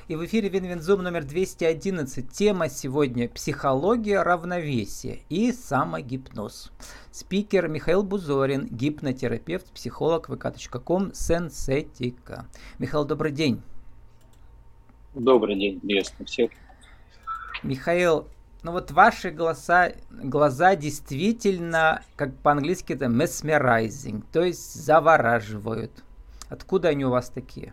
И в эфире Винвинзум номер 211. Тема сегодня — психология равновесия и самогипноз. Спикер Михаил Бузорин, гипнотерапевт, психолог, vk.com, сенсетика. Михаил, добрый день. Добрый день, приветствую всех. Михаил, ну вот ваши глаза действительно, как по-английски это mesmerizing, то есть завораживают. Откуда они у вас такие?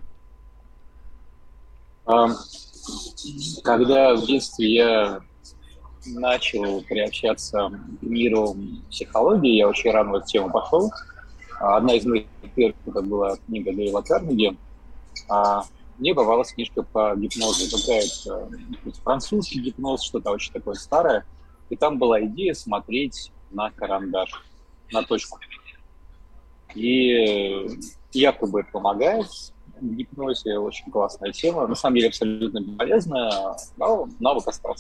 Когда в детстве я начал приобщаться к миру психологии, я очень рано в эту тему пошел. Одна из моих первых это была книга Дейла Карнеги. Мне попалась книжка по гипнозу, какая-то французский гипноз, что-то очень такое старое. И там была идея смотреть на карандаш, на точку. И якобы это помогает в гипнозе, очень классная тема. На самом деле абсолютно бесполезная, но навык остался.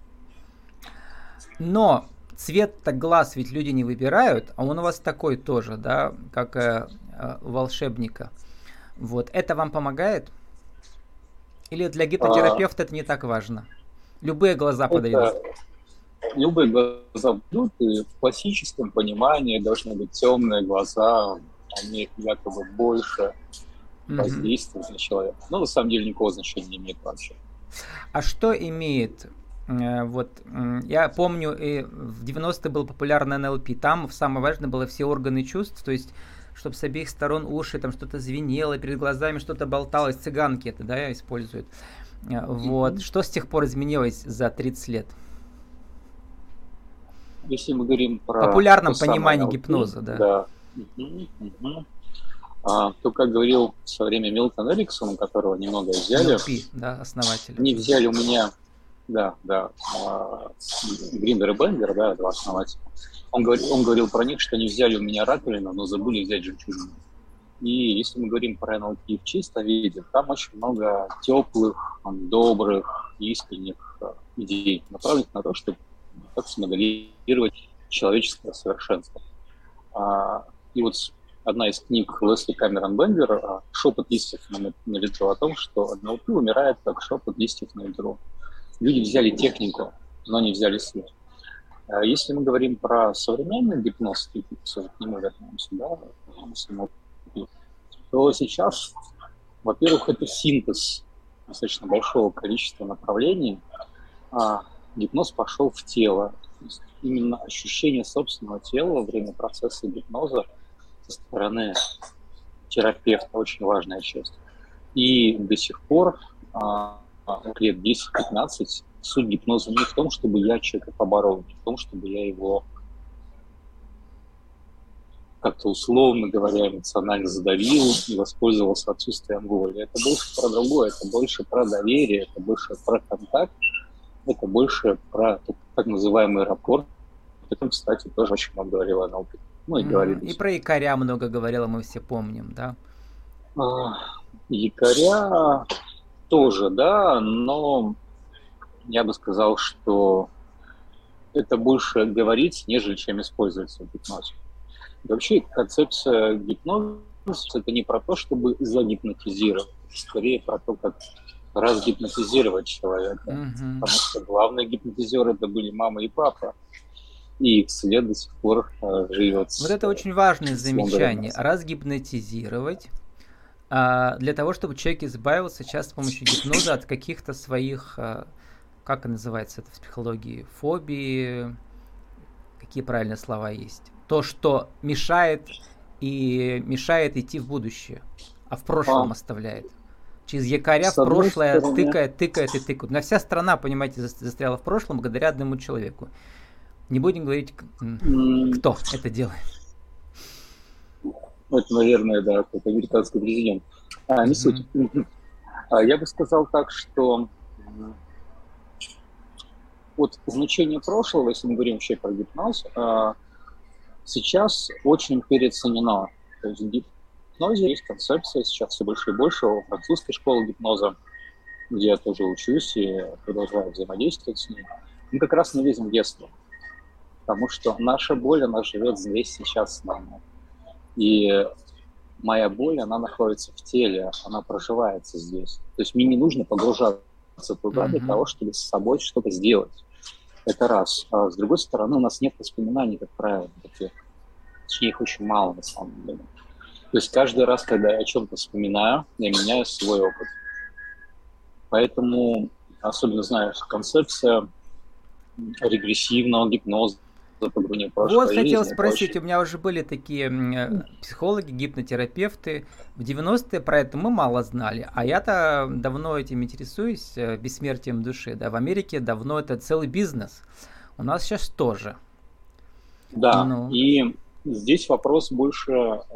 Но цвет-то глаз ведь люди не выбирают, а он у вас такой тоже, да, как у волшебника. Вот, это вам помогает? Или для гипнотерапевта это не так важно? Любые глаза подойдут. Любые глаза будут, и в классическом понимании должны быть темные глаза, они якобы больше воздействуют на человека. Но на самом деле никакого значения не имеет вообще. А что имеет? Вот, я помню, и в 90-е был популярный НЛП, там самое важное было все органы чувств, то есть чтобы с обеих сторон уши, там что-то звенело, перед глазами что-то болталось, цыганки это, да, используют. Вот, что с тех пор изменилось за 30 лет? Если мы говорим про... В популярном понимании гипноза, да. То, как говорил в свое время Милтон Эриксон, которого немного взяли... NLP, да, основатель. Они взяли у меня... Гриндер и Бендер, да, два основателя. Он говорил про них, что они взяли у меня раковину, но забыли взять жемчужину. И если мы говорим про НЛП в чистом виде, там очень много теплых, добрых, искренних идей, направленных на то, чтобы как смоделировать человеческое совершенство. И вот одна из книг Лесли Камерон Бендер «Шепот листьев на ветру» о том, что НЛП умирает как шепот листьев на ветру. Люди взяли технику, но не взяли свет. Если мы говорим про современный гипноз, к нему вернемся, да, то сейчас, во-первых, это синтез достаточно большого количества направлений. Гипноз пошел в тело. То есть именно ощущение собственного тела во время процесса гипноза со стороны терапевта очень важная часть. И до сих пор, лет 10-15, суть гипноза не в том, чтобы я человека поборол, не в том, чтобы я его как-то условно говоря, эмоционально задавил и воспользовался отсутствием воли. Это больше про другое, это больше про доверие, это больше про контакт, это больше про так называемый рапорт. О этом, кстати, тоже очень много говорила НЛП. И говорили. И про якоря много говорила, мы все помним, да? Якоря тоже, да, но я бы сказал, что это больше говорить, нежели чем используется в гипнозе. И вообще концепция гипноза – это не про то, чтобы загипнотизировать, скорее про то, как разгипнотизировать человека. Потому что главные гипнотизеры – это были мама и папа. И их след до сих пор живет. Вот это очень важное замечание. Разгипнотизировать для того, чтобы человек избавился часто с помощью гипноза от каких-то своих, как это называется это в психологии, фобии, какие правильные слова есть. То, что мешает идти в будущее, а в прошлом оставляет. Через якоря в прошлое тыкает. У нас вся страна, понимаете, застряла в прошлом благодаря одному человеку. Не будем говорить, кто это делает. Это, наверное, да, какой-то американский президент. Не суть. Я бы сказал так, что вот значение прошлого, если мы говорим вообще про гипноз, сейчас очень переоценено. То есть в гипнозе есть концепция сейчас все больше и больше у французской школы гипноза, где я тоже учусь и продолжаю взаимодействовать с ней. Мы как раз не лезем в детство, потому что наша боль, она живет здесь, сейчас с нами. И моя боль, она находится в теле, она проживается здесь. То есть мне не нужно погружаться туда для того, чтобы с собой что-то сделать. Это раз. А с другой стороны, у нас нет воспоминаний, как правило, таких. Точнее, их очень мало, на самом деле. То есть каждый раз, когда я о чем-то вспоминаю, я меняю свой опыт. Поэтому, особенно, знаешь, концепция регрессивного гипноза, погружения в Вот прошлое хотел жизни, это спросить, у очень... меня уже были такие психологи, гипнотерапевты. В 90-е про это мы мало знали, а я-то давно этим интересуюсь, бессмертием души. Да, в Америке давно это целый бизнес. У нас сейчас тоже. Да, Ну, и здесь вопрос больше,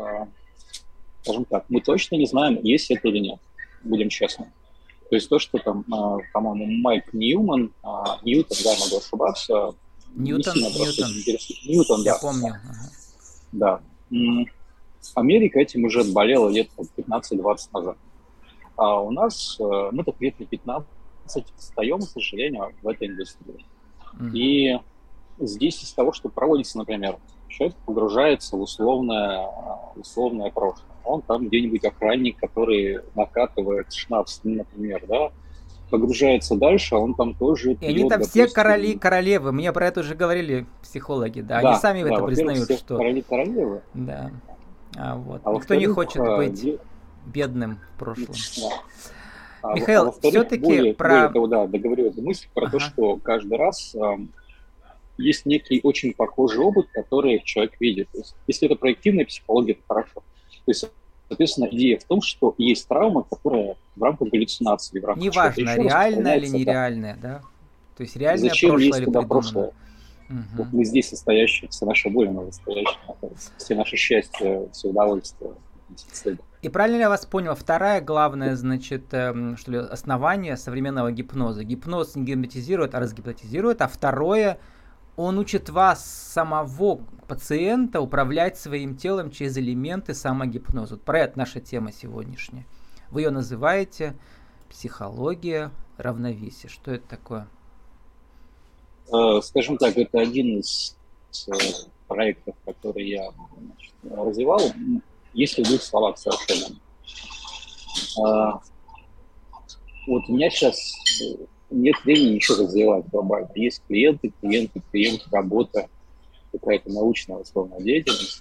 скажем так, мы точно не знаем, есть это или нет, будем честны. То есть то, что там, по-моему, Майк Ньюман, Ньютон, да, могу ошибаться, не сильно просто Ньютон, этим интересует. Ньютон, я да. помню. Ага. Да. Америка этим уже болела лет 15-20 назад. А у нас мы так лет на 15 встаем, к сожалению, в этой индустрии. И здесь из того, что проводится, например, человек погружается в условное прошлое. Он там где-нибудь охранник, который накатывает шнапс, например, да, погружается дальше, а он там тоже И они пьет, там все короли, допустим... королевы. Мне про это уже говорили психологи, да. Они Да, сами да, это во-первых, признают, все что... короли-королевы, Да. Вот. а Никто не во-вторых, хочет быть бедным в прошлом. да, Михаил, во-вторых, все-таки более про... того, да, договорю эту мысль про то, Ага. что каждый раз есть некий очень похожий опыт, который человек видит. То есть, если это проективная психология, это хорошо. То есть, соответственно, идея в том, что есть травма, которая в рамках галлюцинации, в рамках чего-то Неважно, еще реальное или распространяется. Да. нереальное, да? То есть реальное Зачем прошлое лезть или туда в придумано? прошлое? Вот мы здесь состоящие, вся наша боль, она настоящая. Все наше счастье, все удовольствие. И правильно ли я вас понял? Вторая главная, значит, что ли, основание современного гипноза. Гипноз не гипнотизирует, а разгипнотизирует. А второе, он учит вас, самого пациента, управлять своим телом через элементы самогипноза. Вот про это наша тема сегодняшняя. Вы ее называете психология равновесия. Что это такое? Скажем так, это один из проектов, который я развивал, если в двух словах совершенно. Вот у меня сейчас нет времени еще развивать глобально. Есть клиенты, работа, какая-то научная условная деятельность.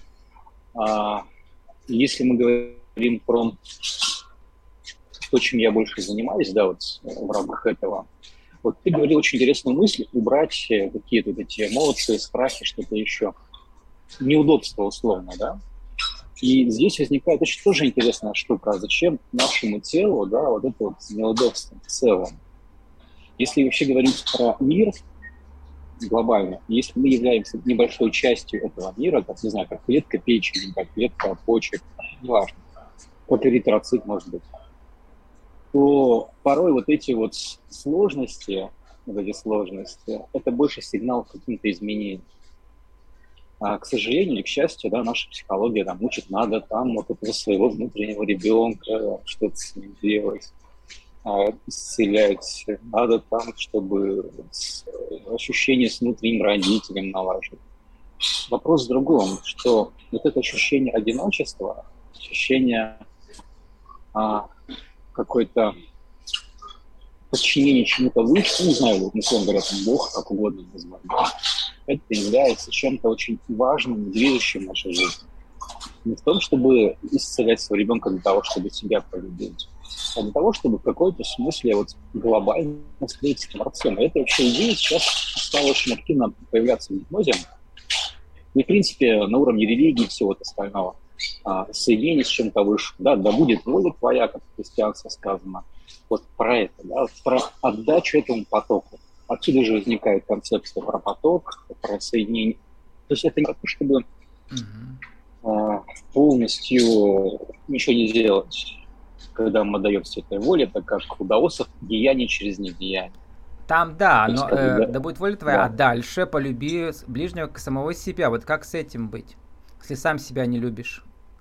Если мы говорим про то, чем я больше занимаюсь, да, вот в рамках этого, вот ты говорил очень интересную мысль, убрать какие-то вот эти эмоции, страхи, что-то еще. Неудобство условно, да? И здесь возникает очень тоже интересная штука. А зачем нашему телу, да, вот это вот неудобство в целом? Если вообще говорить про мир глобально, если мы являемся небольшой частью этого мира, как, не знаю, как клетка печени, как клетка почек, неважно, как эритроцит, может быть, то порой вот эти вот сложности, это больше сигнал к каким-то изменениям. А, к сожалению или к счастью, да, наша психология там учит, надо там вот этого своего внутреннего ребенка что-то с ним делать, исцелять, надо там, чтобы ощущение с внутренним родителем налаживать. Вопрос в другом, что вот это ощущение одиночества, ощущение какой-то подчинение чему-то выше, не знаю, вот, условно говоря, там, Бог, как угодно назвать, это является чем-то очень важным, движущим в нашей жизни. Не в том, чтобы исцелять своего ребенка для того, чтобы себя полюбить, а для того, чтобы в какой-то смысле вот глобально встретиться с Творцом. И эта вообще идея сейчас стала очень активно появляться в гипнозе. И, в принципе, на уровне религии и всего остального. Соединение с чем-то выше. Да будет воля твоя, как в христианстве сказано. Вот про это, да, про отдачу этому потоку. Отсюда же возникает концепция про поток, про соединение. То есть это не то, чтобы полностью ничего не делать, когда мы отдаемся этой воле, так как у даосов деяние через недеяние. Там, да, но есть, да будет воля твоя, да. А дальше полюби ближнего к самого себя. Вот как с этим быть, если сам себя не любишь?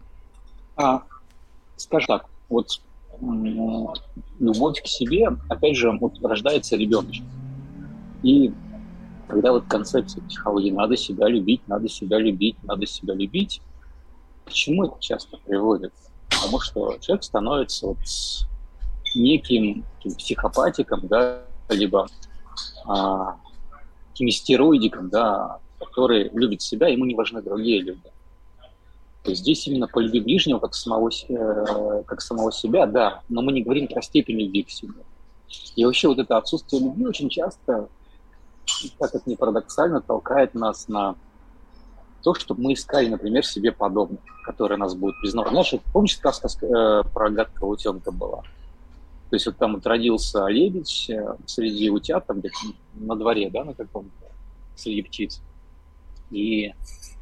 Скажем так, вот любовь к себе, опять же, вот рождается ребеночек. И когда вот концепция психологии надо себя любить, к чему это часто приводит? тому что человек становится вот неким психопатиком, да, либо таким стероидиком, да, который любит себя, ему не важны другие люди. То есть здесь именно полюби ближнего как самого себя, да, но мы не говорим про степень любви к себе. И вообще вот это отсутствие любви очень часто, как это ни парадоксально, толкает нас на то, чтобы мы искали, например, себе подобных, которые нас будут признавать. Знаешь, помнишь, сказка про гадкого утенка была? То есть вот там вот родился лебедь среди утят, там где-то на дворе, да, на каком-то, среди птиц. И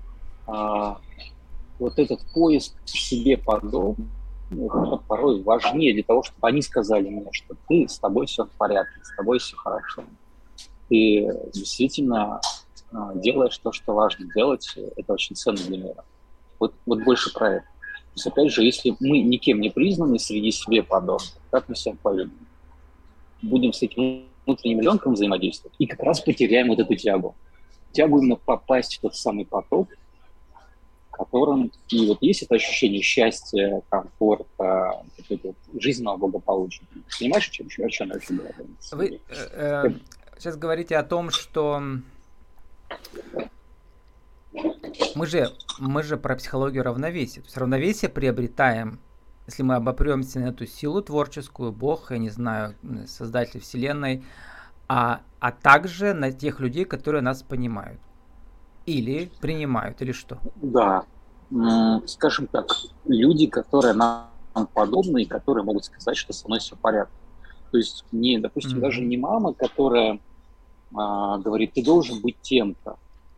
вот этот поиск к себе подобных порой важнее для того, чтобы они сказали мне, что с тобой все в порядке, с тобой все хорошо. Ты действительно делаешь то, что важно делать, это очень ценно для меня. Вот больше про это. То есть, опять же, если мы никем не признаны среди себе подобных, как мы себя полюбим? Будем с этим внутренним ребенком взаимодействовать и как раз потеряем вот эту тягу. Тягу именно попасть в тот самый поток, в котором и вот есть это ощущение счастья, комфорта, жизненного благополучия. Понимаешь, о чем я вообще говорю? Вы сейчас говорите о том, что мы же про психологию равновесия. То есть равновесие приобретаем, если мы обопремся на эту силу творческую, Бог, я не знаю, Создатель Вселенной, а также на тех людей, которые нас понимают. Или принимают, или что? Да. Скажем так, люди, которые нам подобны, и которые могут сказать, что со мной все в порядке. То есть, допустим, даже не мама, которая говорит, ты должен быть тем-то,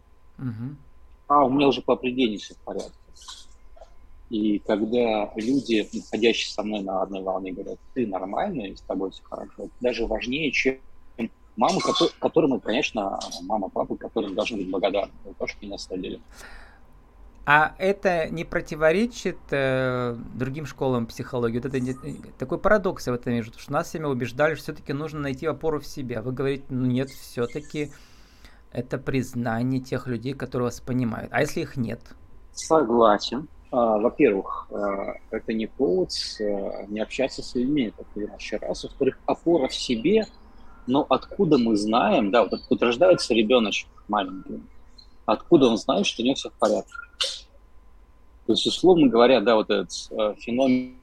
у меня уже по определению все в порядке. И когда люди, находящие со мной на одной волне, говорят, ты нормальный, и с тобой все хорошо, это даже важнее, чем мама, которым, конечно, мама, папа, которым должны быть благодарны за то, что меня оставили. А это не противоречит другим школам психологии? Вот это такой парадокс в этом вижу, потому что нас всеми убеждали, что все-таки нужно найти опору в себе. Вы говорите, нет, все-таки это признание тех людей, которые вас понимают. А если их нет? Согласен. Во-первых, это не повод не общаться с людьми, это иначе раз. Во-вторых, опора в себе, но откуда мы знаем, да, вот рождается ребеночек маленький, откуда он знает, что у него все в порядке? То есть, условно говоря, да, вот этот феномен,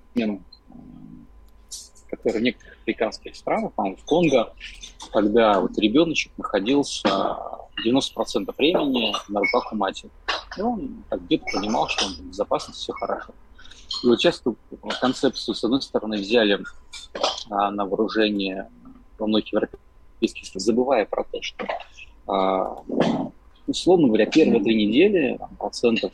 который в некоторых африканских странах, по-моему, в Конго, когда вот ребеночек находился 90% времени на руках у матери. И он так где-то понимал, что он в безопасности, все хорошо. И вот часто концепцию, с одной стороны, взяли на вооружение во многих европейских странах, забывая про то, что, условно говоря, первые 3 недели процентов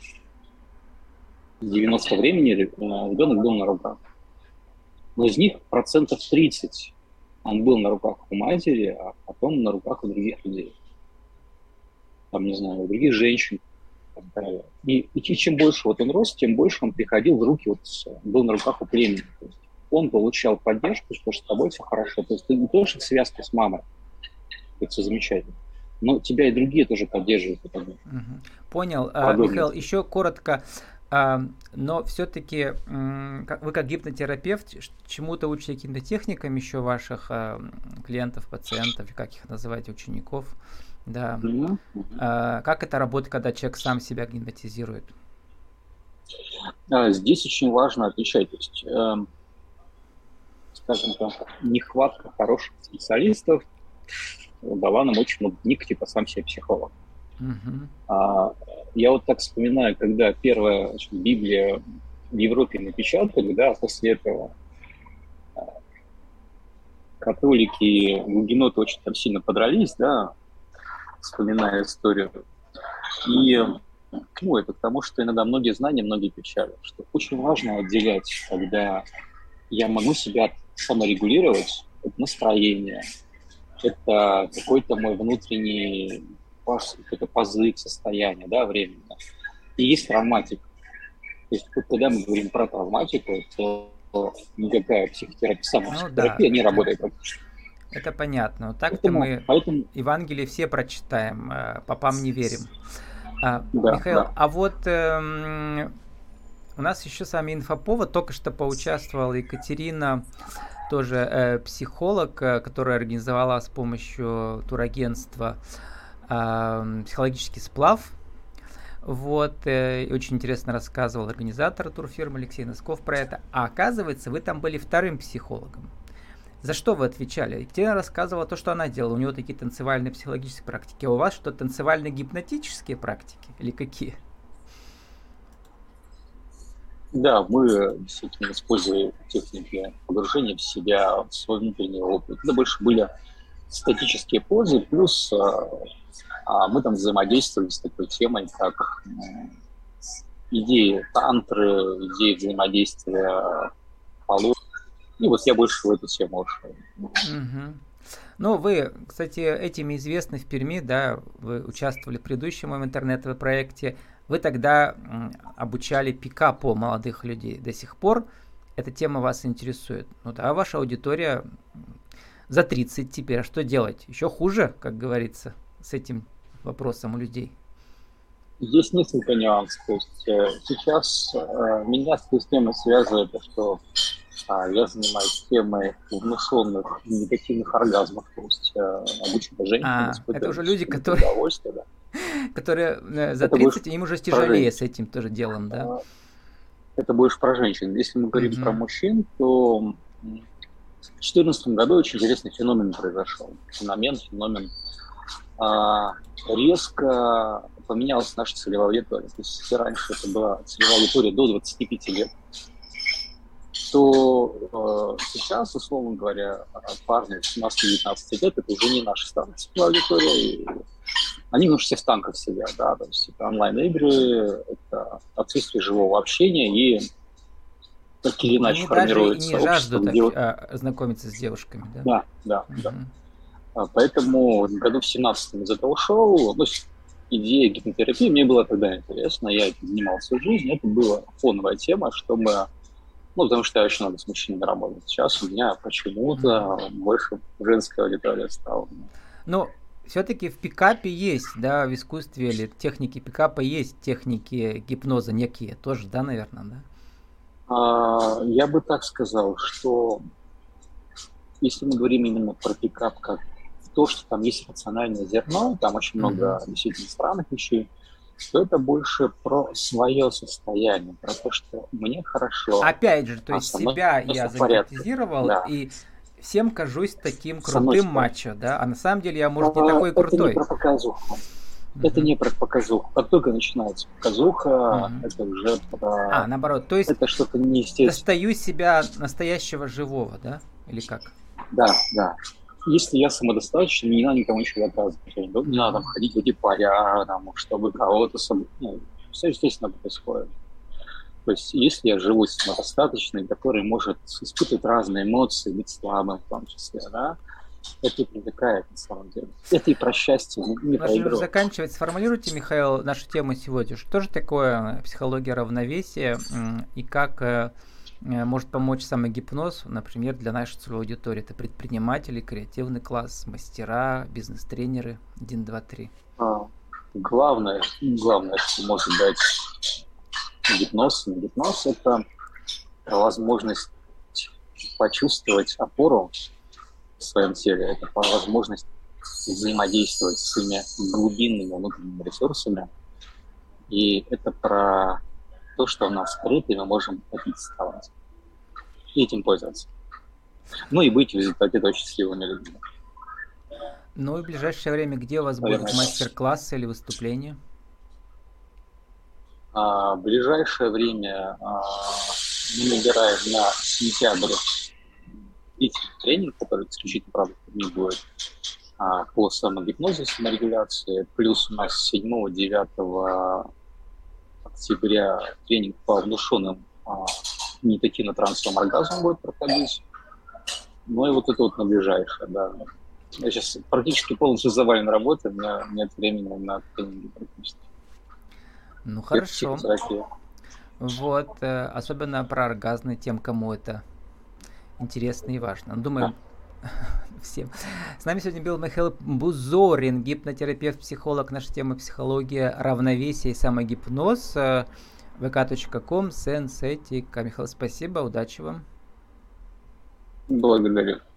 90 времени ребенок был на руках. Но из них 30% он был на руках у матери, а потом на руках у других людей. Там, не знаю, у других женщин. И чем больше вот он рос, тем больше он приходил в руки, был на руках у племени. То есть он получал поддержку, что с тобой все хорошо. То есть ты не только в связке с мамой, это все замечательно, но тебя и другие тоже поддерживают. Понял. Михаил, еще коротко. Но все-таки вы как гипнотерапевт чему-то учите каким-то техникам еще ваших клиентов, пациентов, как их называете, учеников? Да. Как это работает, когда человек сам себя гипнотизирует? Здесь очень важно отличать. То есть, скажем так, нехватка хороших специалистов дала нам очень много книг, типа «Сам себе психолог». Я вот так вспоминаю, когда первая Библия в Европе напечатали, да, после этого католики и гугеноты очень там сильно подрались, да, вспоминая историю. И это к тому, что иногда многие знания, многие печали, что очень важно отделять, когда я могу себя саморегулировать, это настроение, это какой-то мой внутренний какой-то позыв, состояние, да, временно. И есть травматика. То есть, когда мы говорим про травматику, то никакая психотерапия, самопсихотерапия не работает практически. Это понятно. Вот так-то мы Евангелие все прочитаем, попам не верим. Михаил, а вот У нас еще с вами инфоповод. Только что поучаствовала Екатерина, тоже психолог, которая организовала с помощью турагентства психологический сплав. Вот, очень интересно рассказывал организатор турфирмы Алексей Носков про это. А оказывается, вы там были вторым психологом. За что вы отвечали? Екатерина рассказывала то, что она делала. У нее такие танцевальные психологические практики. А у вас что, танцевально-гипнотические практики? Или какие? Да, мы действительно использовали техники погружения в себя, в свой внутренний опыт. Это больше были статические позы, плюс мы там взаимодействовали с такой темой, как идеи тантры, идеи взаимодействия полов. И вот я больше в эту тему ушел. Угу. Ну, вы, кстати, этим известны в Перми, да, вы участвовали в предыдущем моем интернет-проекте. Вы тогда обучали пикапу молодых людей. До сих пор эта тема вас интересует. Ну да, ваша аудитория за 30 теперь. А что делать? Еще хуже, как говорится, с этим вопросом у людей. Есть несколько нюансов. То есть сейчас меня с этой темой связывает то, что я занимаюсь темой внушенных негативных оргазмов, то есть обычно женщины испытывают это уже люди, которые, удовольствие, да. которые за 30, им уже тяжелее с этим тоже делом, да? Это больше про женщин. Если мы говорим про мужчин, то в 2014 году очень интересный феномен произошел. Феномен резко поменялась наша целевая аудитория. То есть если раньше это была целевая аудитория до 25 лет, то сейчас, условно говоря, парни 18-19 лет, это уже не наша старая целевая аудитория. Они уже все в танках сидят, да, то есть это онлайн-игры, это отсутствие живого общения и так или иначе формируется общество. Они не жаждут знакомиться с девушками, да? Да. Поэтому в году в 17-м из этого ушел. Ну, идея гипнотерапии мне была тогда интересна, я этим занимался всю жизнь, это была фоновая тема, чтобы... Ну, потому что я очень много с мужчинами работал. Сейчас у меня почему-то больше женская аудитория стала. Ну, все-таки в пикапе есть, да, в искусстве или технике пикапа есть техники гипноза некие тоже, да, наверное, да? Я бы так сказал, что если мы говорим именно про пикап как то, что там есть рациональное зерно, там очень много действительно странных вещей, то это больше про свое состояние, про то, что мне хорошо. Опять же, то есть себя я загипнотизировал, да, и всем кажусь таким крутым мачо, да, а на самом деле я, может, не такой крутой. Это не про показуху. Это не про показуху. Как только начинается показуха, это уже про... наоборот, то есть это что-то неестественное. Достаю себя настоящего живого, да? Или как? Да. Если я самодостаточный, мне не надо никому ничего доказывать. Не надо там ходить в эти поля, чтобы кого-то... все естественно происходит. То есть если я живу самодостаточный, который может испытывать разные эмоции, быть слабым в том числе, да, это привлекает на самом деле. Это и про счастье, не про игру. Заканчивать, сформулируйте, Михаил, нашу тему сегодня. Что же такое психология равновесия и как может помочь самогипноз, например, для нашей целевой аудитории? Это предприниматели, креативный класс, мастера, бизнес-тренеры, 1, 2, 3. Главное, что может дать гипноз, это возможность почувствовать опору в своем теле, это возможность взаимодействовать с своими глубинными внутренними ресурсами, и это про то, что у нас скрыто, и мы можем это доставать. И этим пользоваться. Ну и быть в результате очень счастливыми людьми. Ну и в ближайшее время где у вас будут мастер-классы или выступления? В ближайшее время мы набираем на сентябрь тренинг, который исключительно, правда, не будет по самогипнозу, саморегуляции. Плюс у нас 7-9 октября тренинг по внушенным медитативно-трансовым оргазмам будет проходить. Ну и вот это вот на ближайшее, да. Я сейчас практически полностью завален работой, у меня нет времени на тренинги практически. Ну хорошо. Вот, особенно про оргазмы, тем, кому это интересно и важно. Думаю, всем. С нами сегодня был Михаил Бузорин, гипнотерапевт, психолог. Наша тема психология равновесия и самогипноз. vk.com, Сенсетика. Михаил, спасибо, удачи вам. Благодарю.